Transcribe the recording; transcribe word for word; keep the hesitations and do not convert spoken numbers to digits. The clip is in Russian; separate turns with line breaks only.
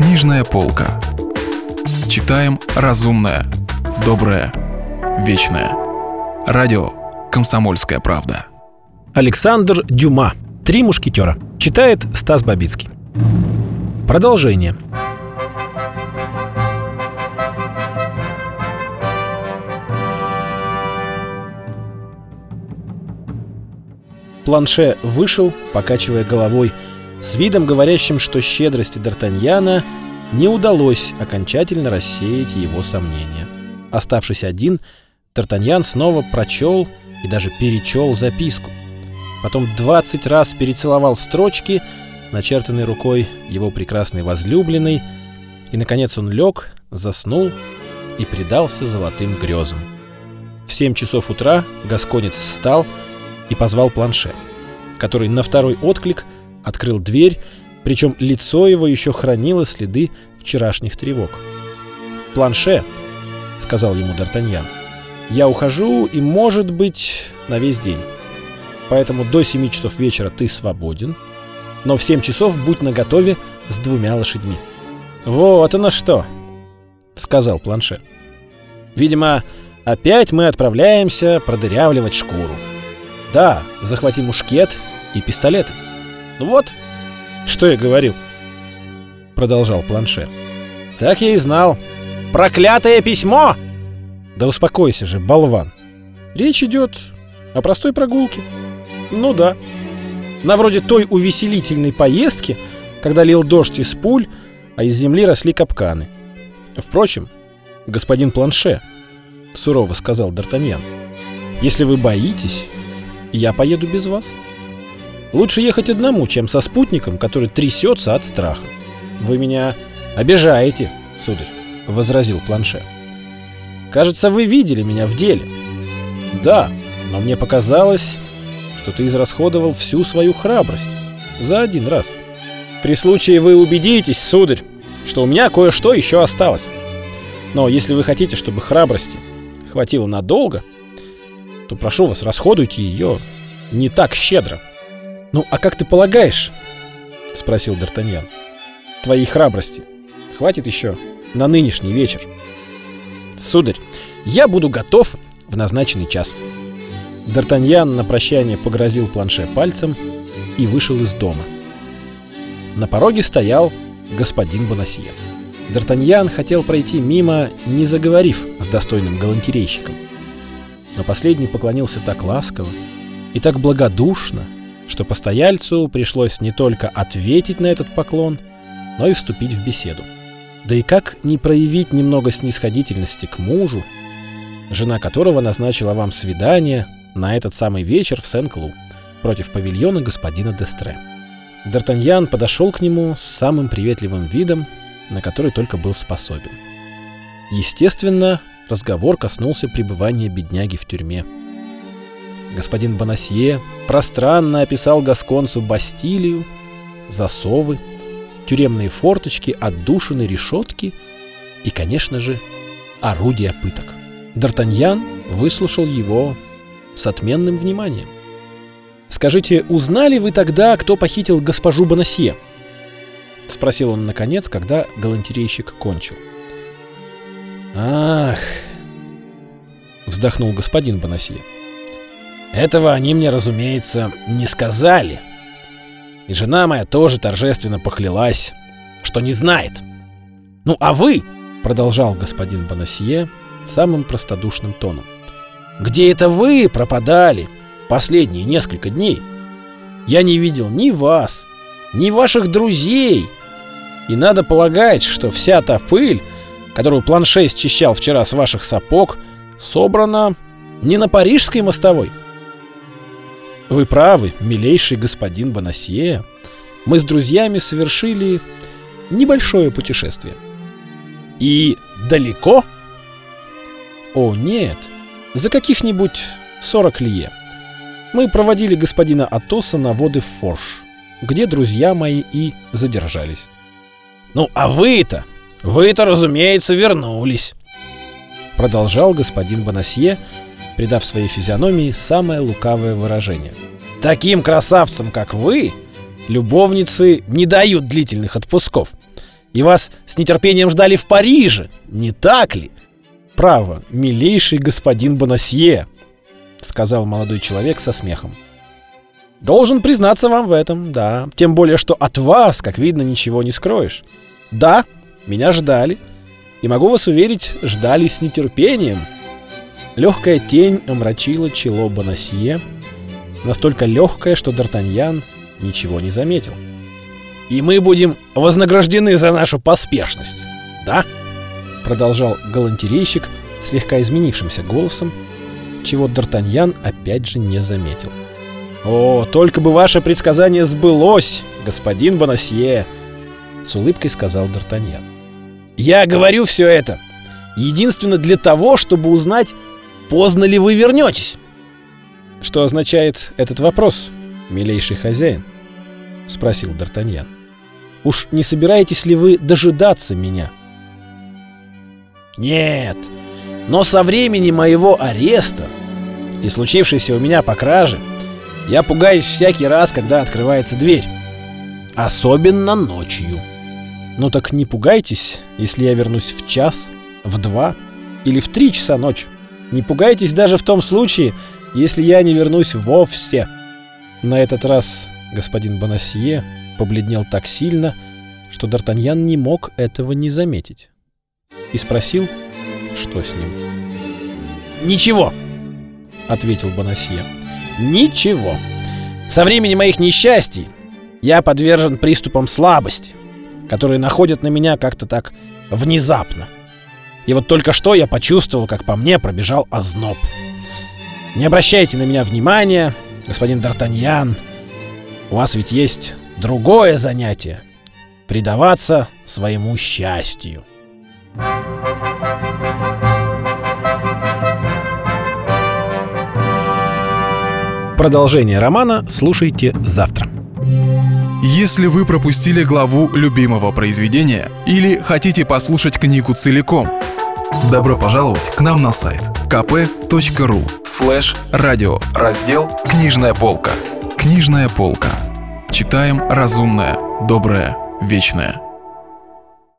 Книжная полка. Читаем разумное, доброе, вечное. Радио «Комсомольская правда».
Александр Дюма. «Три мушкетера». Читает Стас Бабицкий. Продолжение. Планше вышел, покачивая головой, с видом говорящим, что щедрости Д'Артаньяна не удалось окончательно рассеять его сомнения. Оставшись один, Д'Артаньян снова прочел и даже перечел записку. Потом двадцать раз перецеловал строчки, начертанные рукой его прекрасной возлюбленной, и, наконец, он лег, заснул и предался золотым грезам. В семь часов утра гасконец встал и позвал Планше, который на второй отклик открыл дверь, причем лицо его еще хранило следы вчерашних тревог. «Планше», — сказал ему Д'Артаньян, — «я ухожу и, может быть, на весь день. Поэтому до семи часов вечера ты свободен, но в семь часов будь наготове с двумя лошадьми». «Вот оно что», — сказал Планше. «Видимо, опять мы отправляемся продырявливать шкуру. Да, захвати мушкет и пистолеты». «Ну вот, что я говорил», — продолжал Планше. «Так я и знал. Проклятое письмо!» «Да успокойся же, болван. Речь идет о простой прогулке. Ну да, на вроде той увеселительной поездки, когда лил дождь из пуль, а из земли росли капканы. Впрочем, господин Планше, — сурово сказал Д'Артаньян, — если вы боитесь, я поеду без вас. Лучше ехать одному, чем со спутником, который трясется от страха». «Вы меня обижаете, сударь», — возразил Планше. «Кажется, вы видели меня в деле». «Да, но мне показалось, что ты израсходовал всю свою храбрость за один раз. При случае вы убедитесь, сударь, что у меня кое-что еще осталось. Но если вы хотите, чтобы храбрости хватило надолго, то прошу вас, расходуйте ее не так щедро». «Ну, а как ты полагаешь, — спросил Д'Артаньян, — твоей храбрости хватит еще на нынешний вечер?» «Сударь, я буду готов в назначенный час». Д'Артаньян на прощание погрозил Планше пальцем и вышел из дома. На пороге стоял господин Бонасье. Д'Артаньян хотел пройти мимо, не заговорив с достойным галантерейщиком. Но последний поклонился так ласково и так благодушно, что постояльцу пришлось не только ответить на этот поклон, но и вступить в беседу. Да и как не проявить немного снисходительности к мужу, жена которого назначила вам свидание на этот самый вечер в Сен-Клу против павильона господина д'Эстре. Д'Артаньян подошел к нему с самым приветливым видом, на который только был способен. Естественно, разговор коснулся пребывания бедняги в тюрьме. Господин Бонасье пространно описал гасконцу Бастилию, засовы, тюремные форточки, отдушины, решетки и, конечно же, орудия пыток. Д'Артаньян выслушал его с отменным вниманием. «Скажите, узнали вы тогда, кто похитил госпожу Бонасье?» — спросил он наконец, когда галантерейщик кончил. «Ах!» — вздохнул господин Бонасье. «Этого они мне, разумеется, не сказали. И жена моя тоже торжественно поклялась, что не знает. Ну, а вы, — продолжал господин Бонасье самым простодушным тоном, — где это вы пропадали последние несколько дней? Я не видел ни вас, ни ваших друзей. И надо полагать, что вся та пыль, которую Планше счищал вчера с ваших сапог, собрана не на парижской мостовой». «Вы правы, милейший господин Бонасье. Мы с друзьями совершили небольшое путешествие». «И далеко?» «О, нет, за каких-нибудь сорок лье. Мы проводили господина Атоса на воды в Форш, где друзья мои и задержались». «Ну, а вы-то, вы-то, разумеется, вернулись», — продолжал господин Бонасье, придав своей физиономии самое лукавое выражение. «Таким красавцам, как вы, любовницы не дают длительных отпусков. И вас с нетерпением ждали в Париже, не так ли? Право, милейший господин Бонасье, сказал молодой человек со смехом. Должен признаться вам в этом, да. Тем более, что от вас, как видно, ничего не скроешь. Да, меня ждали. И могу вас уверить, ждали с нетерпением. Легкая тень омрачила чело Бонасье, настолько легкая, что Д'Артаньян ничего не заметил. «И мы будем вознаграждены за нашу поспешность, да?» Продолжал галантерейщик слегка изменившимся голосом, чего Д'Артаньян опять же не заметил. «О, только бы ваше предсказание сбылось, господин Бонасье!» С улыбкой сказал Д'Артаньян. «Я говорю все это единственно для того, чтобы узнать, поздно ли вы вернетесь». «Что означает этот вопрос, милейший хозяин?» — спросил Д'Артаньян. «Уж не собираетесь ли вы дожидаться меня?» «Нет, но со времени моего ареста и случившейся у меня по краже я пугаюсь всякий раз, когда открывается дверь. Особенно ночью». «Ну так не пугайтесь, если я вернусь в час, в два или в три часа ночи. Не пугайтесь даже в том случае, если я не вернусь вовсе». На этот раз господин Бонасье побледнел так сильно, что Д'Артаньян не мог этого не заметить. И спросил, что с ним. «Ничего», — ответил Бонасье. «Ничего. Со времени моих несчастий я подвержен приступам слабости, которые находят на меня как-то так внезапно. И вот только что я почувствовал, как по мне пробежал озноб. Не обращайте на меня внимания, господин Д'Артаньян. У вас ведь есть другое занятие — предаваться своему счастью». Продолжение романа слушайте завтра.
Если вы пропустили главу любимого произведения или хотите послушать книгу целиком, добро пожаловать к нам на сайт ка пэ точка ру слэш радио, раздел «Книжная полка». Книжная полка. Читаем разумное, доброе, вечное.